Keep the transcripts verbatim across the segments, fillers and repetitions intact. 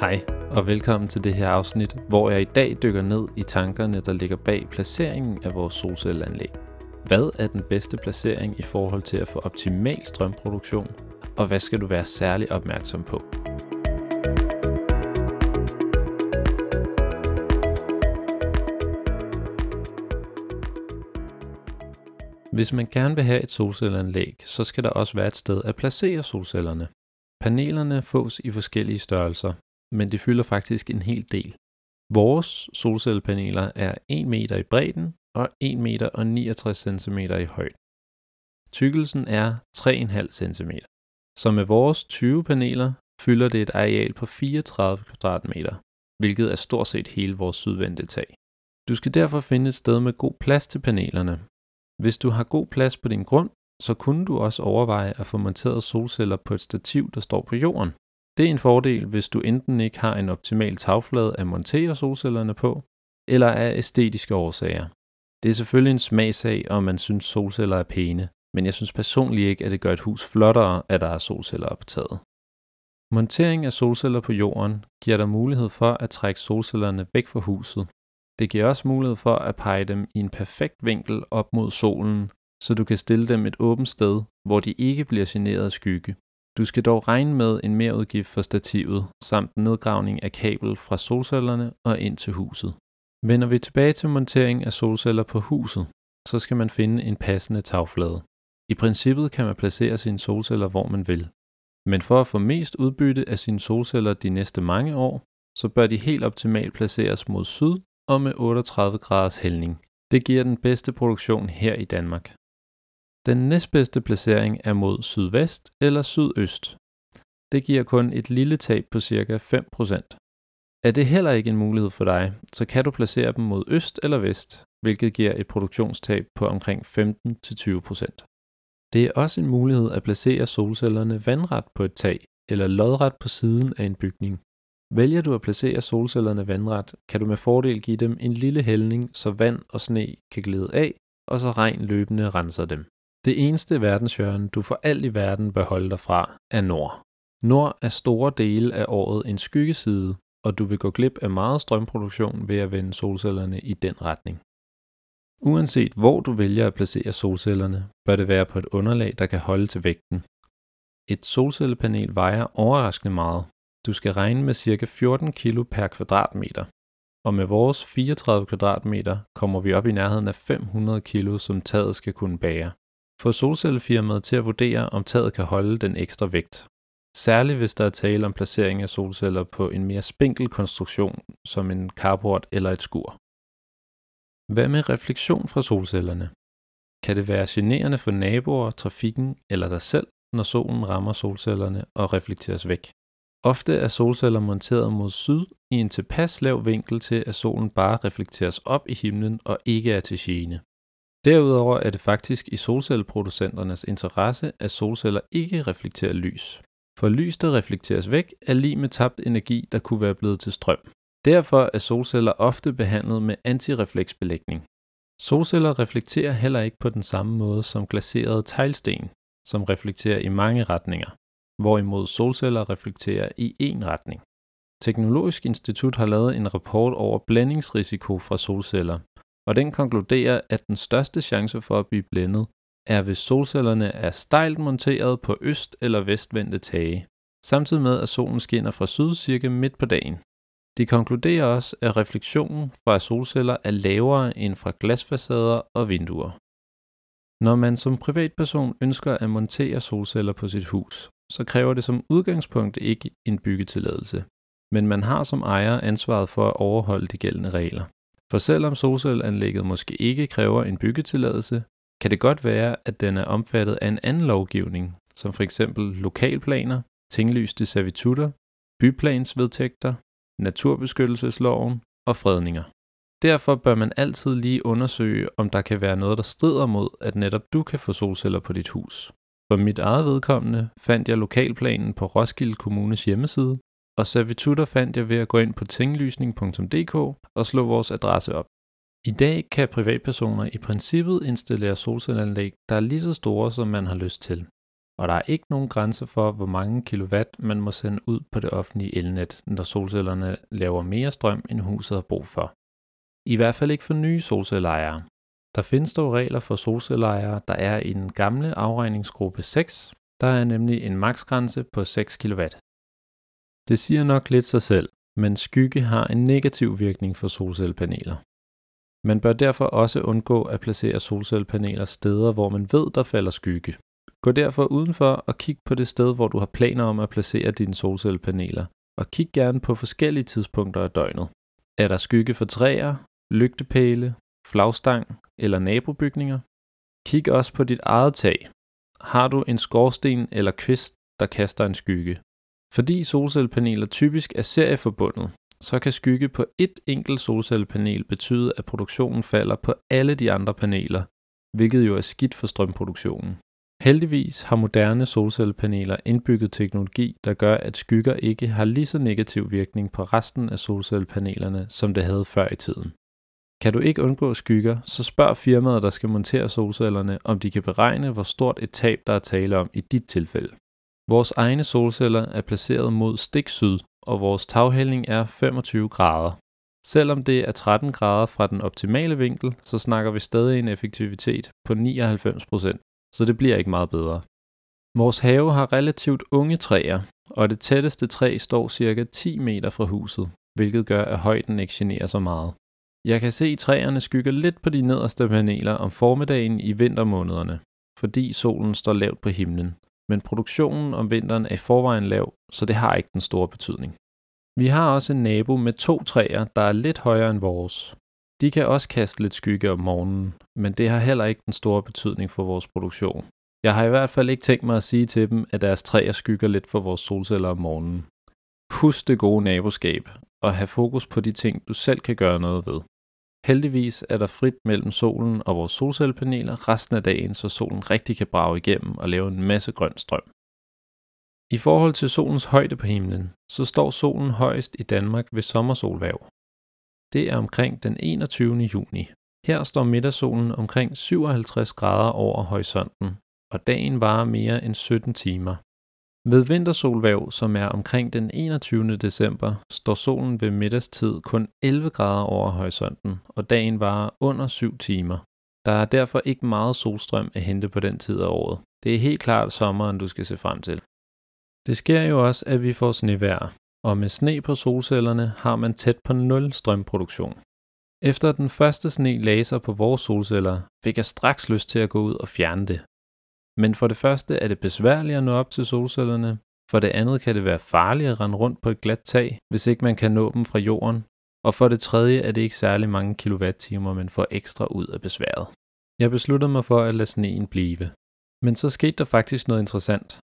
Hej, og velkommen til det her afsnit, hvor jeg i dag dykker ned i tankerne, der ligger bag placeringen af vores solcelleanlæg. Hvad er den bedste placering i forhold til at få optimal strømproduktion, og hvad skal du være særlig opmærksom på? Hvis man gerne vil have et solcelleanlæg, så skal der også være et sted at placere solcellerne. Panelerne fås i forskellige størrelser, men de fylder faktisk en hel del. Vores solcellepaneler er en meter i bredden og en meter og niogtres centimeter i højden. Tykkelsen er tre komma fem centimeter. Så med vores tyve paneler fylder det et areal på fireogtredive kvadratmeter, hvilket er stort set hele vores sydvendte tag. Du skal derfor finde et sted med god plads til panelerne. Hvis du har god plads på din grund, så kunne du også overveje at få monteret solceller på et stativ, der står på jorden. Det er en fordel, hvis du enten ikke har en optimal tagflade at montere solcellerne på, eller af æstetiske årsager. Det er selvfølgelig en smagssag, om man synes solceller er pæne, men jeg synes personligt ikke, at det gør et hus flottere, at der er solceller på taget. Montering af solceller på jorden giver dig mulighed for at trække solcellerne væk fra huset. Det giver også mulighed for at pege dem i en perfekt vinkel op mod solen, så du kan stille dem et åbent sted, hvor de ikke bliver generet af skygge. Du skal dog regne med en merudgift for stativet, samt en nedgravning af kabel fra solcellerne og ind til huset. Vender vi tilbage til montering af solceller på huset, så skal man finde en passende tagflade. I princippet kan man placere sine solceller, hvor man vil. Men for at få mest udbytte af sine solceller de næste mange år, så bør de helt optimalt placeres mod syd og med otteogtredive graders hældning. Det giver den bedste produktion her i Danmark. Den næstbedste placering er mod sydvest eller sydøst. Det giver kun et lille tab på ca. fem procent. Er det heller ikke en mulighed for dig, så kan du placere dem mod øst eller vest, hvilket giver et produktionstab på omkring femten til tyve procent. Det er også en mulighed at placere solcellerne vandret på et tag eller lodret på siden af en bygning. Vælger du at placere solcellerne vandret, kan du med fordel give dem en lille hældning, så vand og sne kan glide af, og så regn løbende renser dem. Det eneste verdenshjørne, du for alt i verden bør holde dig fra, er nord. Nord er store dele af året en skyggeside, og du vil gå glip af meget strømproduktion ved at vende solcellerne i den retning. Uanset hvor du vælger at placere solcellerne, bør det være på et underlag, der kan holde til vægten. Et solcellepanel vejer overraskende meget. Du skal regne med ca. fjorten kilo per kvadratmeter, og med vores fireogtredive kvadratmeter kommer vi op i nærheden af fem hundrede kilo, som taget skal kunne bære. Få solcellefirmaet til at vurdere, om taget kan holde den ekstra vægt. Særligt hvis der er tale om placering af solceller på en mere spinkel konstruktion, som en carport eller et skur. Hvad med refleksion fra solcellerne? Kan det være generende for naboer, trafikken eller dig selv, når solen rammer solcellerne og reflekteres væk? Ofte er solceller monteret mod syd i en tilpas lav vinkel til, at solen bare reflekteres op i himlen og ikke er til gene. Derudover er det faktisk i solcelleproducenternes interesse, at solceller ikke reflekterer lys. For lys, der reflekteres væk, er lig med tabt energi, der kunne være blevet til strøm. Derfor er solceller ofte behandlet med antirefleksbelægning. Solceller reflekterer heller ikke på den samme måde som glaserede teglsten, som reflekterer i mange retninger, hvorimod solceller reflekterer i én retning. Teknologisk Institut har lavet en rapport over blændingsrisiko fra solceller, og den konkluderer, at den største chance for at blive blændet er, hvis solcellerne er stejlt monteret på øst- eller vestvendte tage, samtidig med at solen skinner fra syd cirka midt på dagen. De konkluderer også, at refleksionen fra solceller er lavere end fra glasfacader og vinduer. Når man som privatperson ønsker at montere solceller på sit hus, så kræver det som udgangspunkt ikke en byggetilladelse, men man har som ejer ansvaret for at overholde de gældende regler. For selvom solcelleanlægget måske ikke kræver en byggetilladelse, kan det godt være, at den er omfattet af en anden lovgivning, som f.eks. lokalplaner, tinglyste servitutter, byplansvedtægter, naturbeskyttelsesloven og fredninger. Derfor bør man altid lige undersøge, om der kan være noget, der strider mod, at netop du kan få solceller på dit hus. For mit eget vedkommende fandt jeg lokalplanen på Roskilde Kommunes hjemmeside, og servitutter fandt jeg ved at gå ind på tinglysning punktum d k og slå vores adresse op. I dag kan privatpersoner i princippet installere solcelleanlæg, der er lige så store, som man har lyst til. og der er ikke nogen grænse for, hvor mange kilowatt man må sende ud på det offentlige elnet, når solcellerne laver mere strøm, end huset har brug for. I hvert fald ikke for nye solcelleejere. Der findes dog regler for solcelleejere, der er i den gamle afregningsgruppe seks. Der er nemlig en maksgrænse på seks kilowatt. Det siger nok lidt sig selv, men skygge har en negativ virkning for solcellepaneler. Man bør derfor også undgå at placere solcellepaneler steder, hvor man ved, der falder skygge. Gå derfor udenfor og kig på det sted, hvor du har planer om at placere dine solcellepaneler, og kig gerne på forskellige tidspunkter af døgnet. Er der skygge for træer, lygtepæle, flagstang eller nabobygninger? Kig også på dit eget tag. Har du en skorsten eller kvist, der kaster en skygge? Fordi solcellepaneler typisk er serieforbundet, så kan skygge på et enkelt solcellepanel betyde, at produktionen falder på alle de andre paneler, hvilket jo er skidt for strømproduktionen. Heldigvis har moderne solcellepaneler indbygget teknologi, der gør, at skygger ikke har lige så negativ virkning på resten af solcellepanelerne, som det havde før i tiden. Kan du ikke undgå skygger, så spørg firmaet, der skal montere solcellerne, om de kan beregne, hvor stort et tab, der er tale om i dit tilfælde. Vores egne solceller er placeret mod stik syd, og vores taghældning er femogtyve grader. Selvom det er tretten grader fra den optimale vinkel, så snakker vi stadig en effektivitet på nioghalvfems procent, så det bliver ikke meget bedre. Vores have har relativt unge træer, og det tætteste træ står cirka ti meter fra huset, hvilket gør, at højden ikke generer så meget. Jeg kan se, at træerne skygger lidt på de nederste paneler om formiddagen i vintermånederne, fordi solen står lavt på himlen. Men produktionen om vinteren er i forvejen lav, så det har ikke den store betydning. Vi har også en nabo med to træer, der er lidt højere end vores. De kan også kaste lidt skygge om morgenen, men det har heller ikke den store betydning for vores produktion. Jeg har i hvert fald ikke tænkt mig at sige til dem, at deres træer skygger lidt for vores solceller om morgenen. Husk det gode naboskab, og have fokus på de ting, du selv kan gøre noget ved. Heldigvis er der frit mellem solen og vores solcellepaneler resten af dagen, så solen rigtig kan brage igennem og lave en masse grøn strøm. I forhold til solens højde på himlen, så står solen højest i Danmark ved sommersolhverv. Det er omkring den enogtyvende juni. Her står middagssolen omkring syvoghalvtreds grader over horisonten, og dagen varer mere end sytten timer. Ved vintersolhverv, som er omkring den enogtyvende december, står solen ved middagstid kun elleve grader over horisonten, og dagen varer under syv timer. Der er derfor ikke meget solstrøm at hente på den tid af året. Det er helt klart sommeren, du skal se frem til. Det sker jo også, at vi får snevejr, og med sne på solcellerne har man tæt på nul strømproduktion. Efter den første sne lagde sig på vores solceller, fik jeg straks lyst til at gå ud og fjerne det. Men for det første er det besværligt at nå op til solcellerne, for det andet kan det være farligt at rende rundt på et glat tag, hvis ikke man kan nå dem fra jorden, og for det tredje er det ikke særlig mange kilowatt-timer, man får ekstra ud af besværet. Jeg besluttede mig for at lade sneen blive. Men så skete der faktisk noget interessant.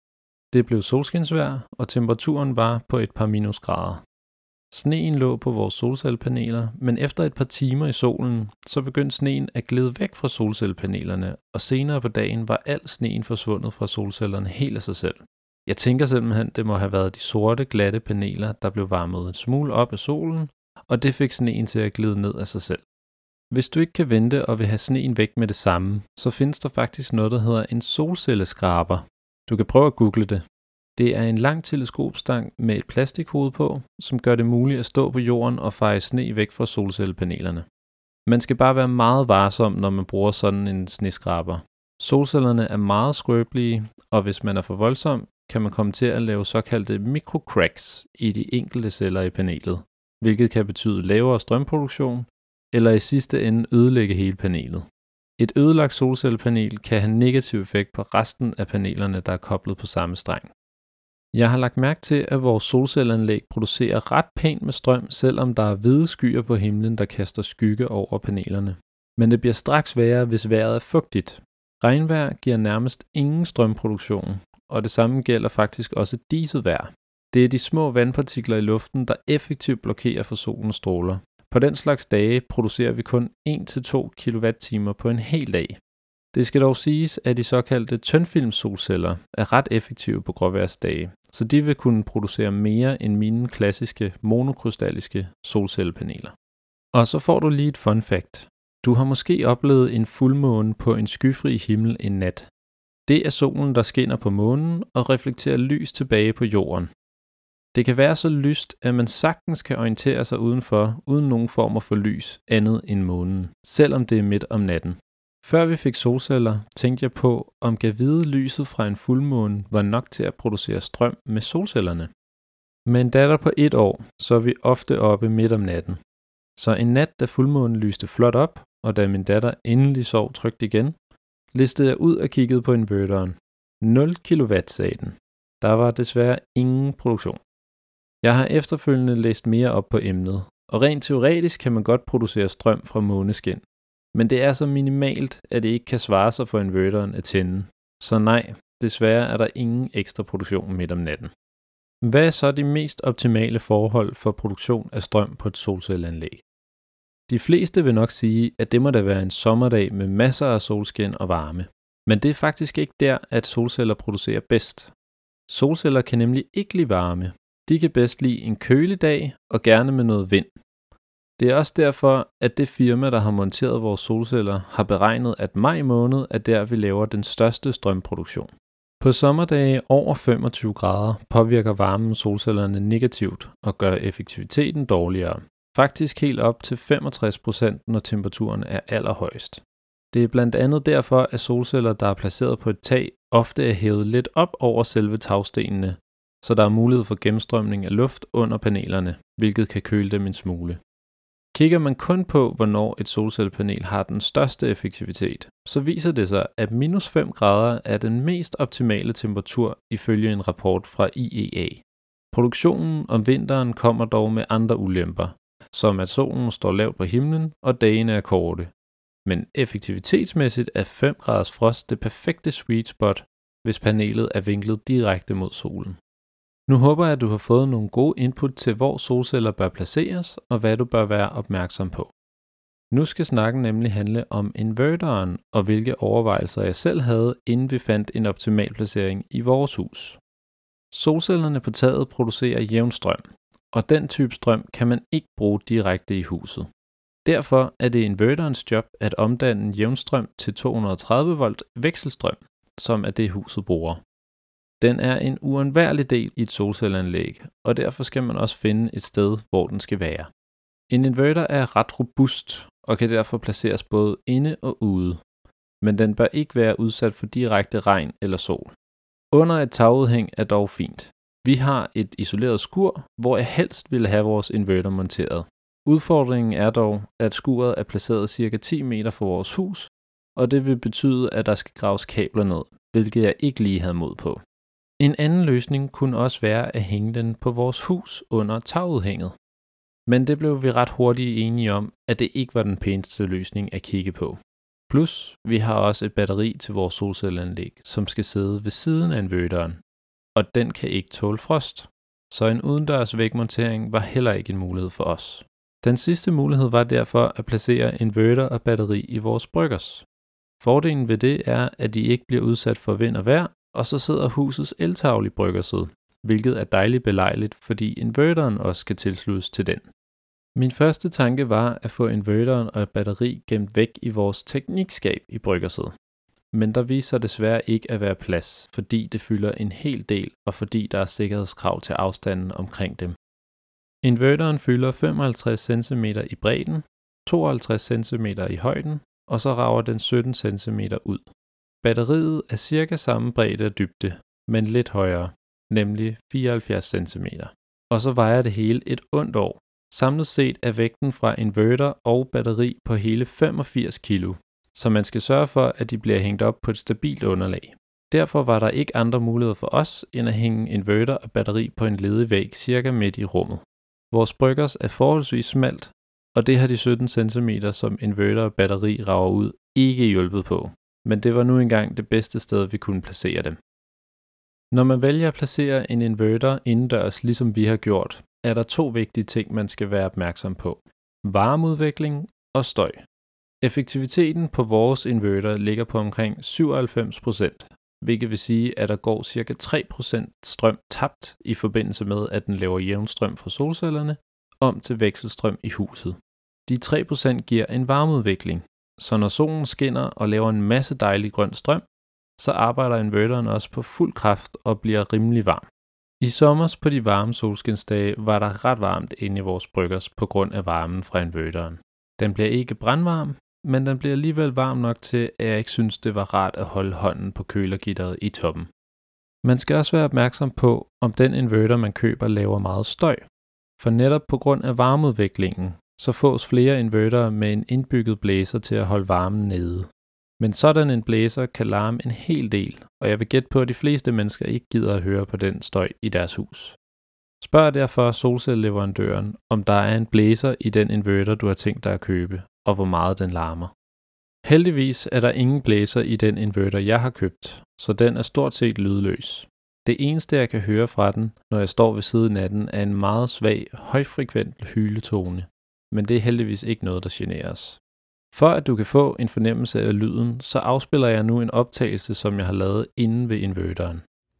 Det blev solskinsvejr, og temperaturen var på et par minusgrader. Sneen lå på vores solcellepaneler, men efter et par timer i solen, så begyndte sneen at glide væk fra solcellepanelerne, og senere på dagen var al sneen forsvundet fra solcellerne helt af sig selv. Jeg tænker simpelthen, det må have været de sorte, glatte paneler, der blev varmet en smule op af solen, og det fik sneen til at glide ned af sig selv. Hvis du ikke kan vente og vil have sneen væk med det samme, så findes der faktisk noget, der hedder en solcelleskraber. Du kan prøve at google det. Det er en lang teleskopstang med et plastikhoved på, som gør det muligt at stå på jorden og feje sne væk fra solcellepanelerne. Man skal bare være meget varsom, når man bruger sådan en sneskraber. Solcellerne er meget skrøbelige, og hvis man er for voldsom, kan man komme til at lave såkaldte mikrocracks i de enkelte celler i panelet, hvilket kan betyde lavere strømproduktion, eller i sidste ende ødelægge hele panelet. Et ødelagt solcellepanel kan have negativ effekt på resten af panelerne, der er koblet på samme streng. Jeg har lagt mærke til, at vores solcelleanlæg producerer ret pænt med strøm, selvom der er hvide skyer på himlen, der kaster skygge over panelerne. Men det bliver straks værre, hvis vejret er fugtigt. Regnvejr giver nærmest ingen strømproduktion, og det samme gælder faktisk også diset vejr. Det er de små vandpartikler i luften, der effektivt blokerer for solens stråler. På den slags dage producerer vi kun en til to kilowatt-timer på en hel dag. Det skal dog siges, at de såkaldte tyndfilmsolceller er ret effektive på gråvejrsdage, så de vil kunne producere mere end mine klassiske monokrystalliske solcellepaneler. Og så får du lige et fun fact. Du har måske oplevet en fuldmåne på en skyfri himmel en nat. Det er solen, der skinner på månen og reflekterer lys tilbage på jorden. Det kan være så lyst, at man sagtens kan orientere sig udenfor, uden nogen former for lys andet end månen, selvom det er midt om natten. Før vi fik solceller, tænkte jeg på, om gavide lyset fra en fuldmåne var nok til at producere strøm med solcellerne. Med en datter på et år, så er vi ofte oppe midt om natten. Så en nat, da fuldmånen lyste flot op, og da min datter endelig sov trygt igen, listede jeg ud og kiggede på inverteren. nul kilowatt, sagde den. Der var desværre ingen produktion. Jeg har efterfølgende læst mere op på emnet, og rent teoretisk kan man godt producere strøm fra måneskin. Men det er så minimalt, at det ikke kan svare sig for inverteren at tænde. Så nej, desværre er der ingen ekstra produktion midt om natten. Hvad er så de mest optimale forhold for produktion af strøm på et solcelleanlæg? De fleste vil nok sige, at det må da være en sommerdag med masser af solskin og varme. Men det er faktisk ikke der, at solceller producerer bedst. Solceller kan nemlig ikke lide varme. De kan bedst lide en kølig dag og gerne med noget vind. Det er også derfor, at det firma, der har monteret vores solceller, har beregnet, at maj måned er der, vi laver den største strømproduktion. På sommerdage over femogtyve grader påvirker varmen solcellerne negativt og gør effektiviteten dårligere. Faktisk helt op til femogtres procent, når temperaturen er allerhøjst. Det er blandt andet derfor, at solceller, der er placeret på et tag, ofte er hævet lidt op over selve tagstenene, så der er mulighed for gennemstrømning af luft under panelerne, hvilket kan køle dem en smule. Kigger man kun på, hvornår et solcellepanel har den største effektivitet, så viser det sig, at minus fem grader er den mest optimale temperatur ifølge en rapport fra I E A. Produktionen om vinteren kommer dog med andre ulemper, som at solen står lavt på himlen og dagene er korte. Men effektivitetsmæssigt er fem graders frost det perfekte sweet spot, hvis panelet er vinklet direkte mod solen. Nu håber jeg, at du har fået nogle gode input til, hvor solceller bør placeres, og hvad du bør være opmærksom på. Nu skal snakken nemlig handle om inverteren, og hvilke overvejelser jeg selv havde, inden vi fandt en optimal placering i vores hus. Solcellerne på taget producerer jævn strøm, og den type strøm kan man ikke bruge direkte i huset. Derfor er det inverterens job at omdanne jævnstrøm til to hundrede og tredive volt vekselstrøm, som er det huset bruger. Den er en uundværlig del i et solcelleanlæg, og derfor skal man også finde et sted, hvor den skal være. En inverter er ret robust og kan derfor placeres både inde og ude, men den bør ikke være udsat for direkte regn eller sol. Under et tagudhæng er dog fint. Vi har et isoleret skur, hvor jeg helst ville have vores inverter monteret. Udfordringen er dog, at skuret er placeret cirka ti meter fra vores hus, og det vil betyde, at der skal graves kabler ned, hvilket jeg ikke lige havde mod på. En anden løsning kunne også være at hænge den på vores hus under tagudhænget. Men det blev vi ret hurtigt enige om, at det ikke var den pæneste løsning at kigge på. Plus, vi har også et batteri til vores solcelleanlæg, som skal sidde ved siden af inverteren, og den kan ikke tåle frost. Så en udendørs vægmontering var heller ikke en mulighed for os. Den sidste mulighed var derfor at placere inverter og batteri i vores bryggers. Fordelen ved det er, at de ikke bliver udsat for vind og vejr, og så sidder husets eltavle i bryggerset, hvilket er dejligt belejligt, fordi inverteren også skal tilsluttes til den. Min første tanke var at få inverteren og et batteri gemt væk i vores teknikskab i bryggerset. Men der viser desværre ikke at være plads, fordi det fylder en hel del, og fordi der er sikkerhedskrav til afstanden omkring dem. Inverteren fylder femoghalvtreds centimeter i bredden, tooghalvtreds centimeter i højden, og så rager den sytten centimeter ud. Batteriet er cirka samme bredde og dybde, men lidt højere, nemlig fireoghalvfjerds centimeter. Og så vejer det hele et ondt år. Samlet set er vægten fra inverter og batteri på hele femogfirs kilo, så man skal sørge for, at de bliver hængt op på et stabilt underlag. Derfor var der ikke andre muligheder for os, end at hænge inverter og batteri på en ledig væg cirka midt i rummet. Vores bryggers er forholdsvis smalt, og det har de sytten centimeter, som inverter og batteri rager ud, ikke hjulpet på. Men det var nu engang det bedste sted, vi kunne placere dem. Når man vælger at placere en inverter indendørs, ligesom vi har gjort, er der to vigtige ting, man skal være opmærksom på. Varmeudvikling og støj. Effektiviteten på vores inverter ligger på omkring syvoghalvfems procent, hvilket vil sige, at der går cirka tre procent strøm tabt i forbindelse med, at den laver jævnstrøm fra solcellerne om til vekselstrøm i huset. De tre procent giver en varmeudvikling, så når solen skinner og laver en masse dejlig grøn strøm, så arbejder inverteren også på fuld kraft og bliver rimelig varm. I sommers på de varme solskinsdage var der ret varmt inde i vores bryggers på grund af varmen fra inverteren. Den bliver ikke brandvarm, men den bliver alligevel varm nok til, at jeg ikke synes, det var rart at holde hånden på kølergitteret i toppen. Man skal også være opmærksom på, om den inverter, man køber, laver meget støj. For netop på grund af varmeudviklingen, så fås flere invertere med en indbygget blæser til at holde varmen nede. Men sådan en blæser kan larme en hel del, og jeg vil gætte på, at de fleste mennesker ikke gider at høre på den støj i deres hus. Spørg derfor solcelleleverandøren, om der er en blæser i den inverter, du har tænkt dig at købe, og hvor meget den larmer. Heldigvis er der ingen blæser i den inverter, jeg har købt, så den er stort set lydløs. Det eneste, jeg kan høre fra den, når jeg står ved siden af den, er en meget svag, højfrekvent hyletone, men det er heldigvis ikke noget, der generer os. For at du kan få en fornemmelse af lyden, så afspiller jeg nu en optagelse, som jeg har lavet inde ved inverteren.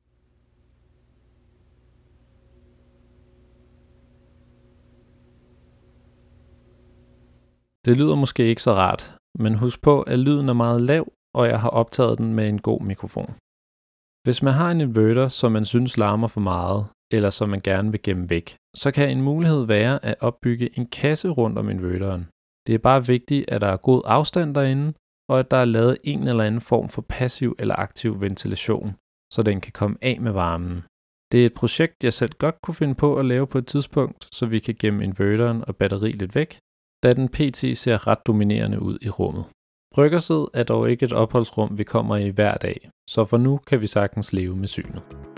Det lyder måske ikke så rart, men husk på, at lyden er meget lav, og jeg har optaget den med en god mikrofon. Hvis man har en inverter, som man synes larmer for meget, eller som man gerne vil gemme væk, så kan en mulighed være at opbygge en kasse rundt om inverteren. Det er bare vigtigt, at der er god afstand derinde, og at der er lavet en eller anden form for passiv eller aktiv ventilation, så den kan komme af med varmen. Det er et projekt, jeg selv godt kunne finde på at lave på et tidspunkt, så vi kan gemme inverteren og batteri lidt væk, da den pt. Ser ret dominerende ud i rummet. Bryggerset er dog ikke et opholdsrum, vi kommer i hver dag, så for nu kan vi sagtens leve med synet.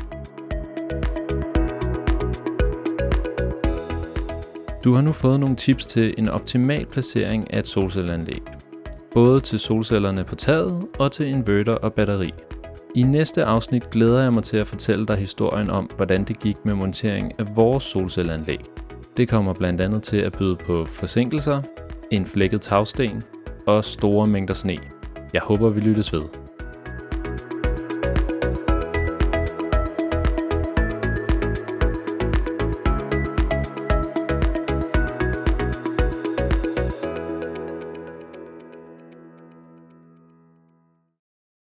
Du har nu fået nogle tips til en optimal placering af et solcelleanlæg. Både til solcellerne på taget og til inverter og batteri. I næste afsnit glæder jeg mig til at fortælle dig historien om, hvordan det gik med montering af vores solcelleanlæg. Det kommer blandt andet til at byde på forsinkelser, en flækket tagsten og store mængder sne. Jeg håber, vi lyttes ved.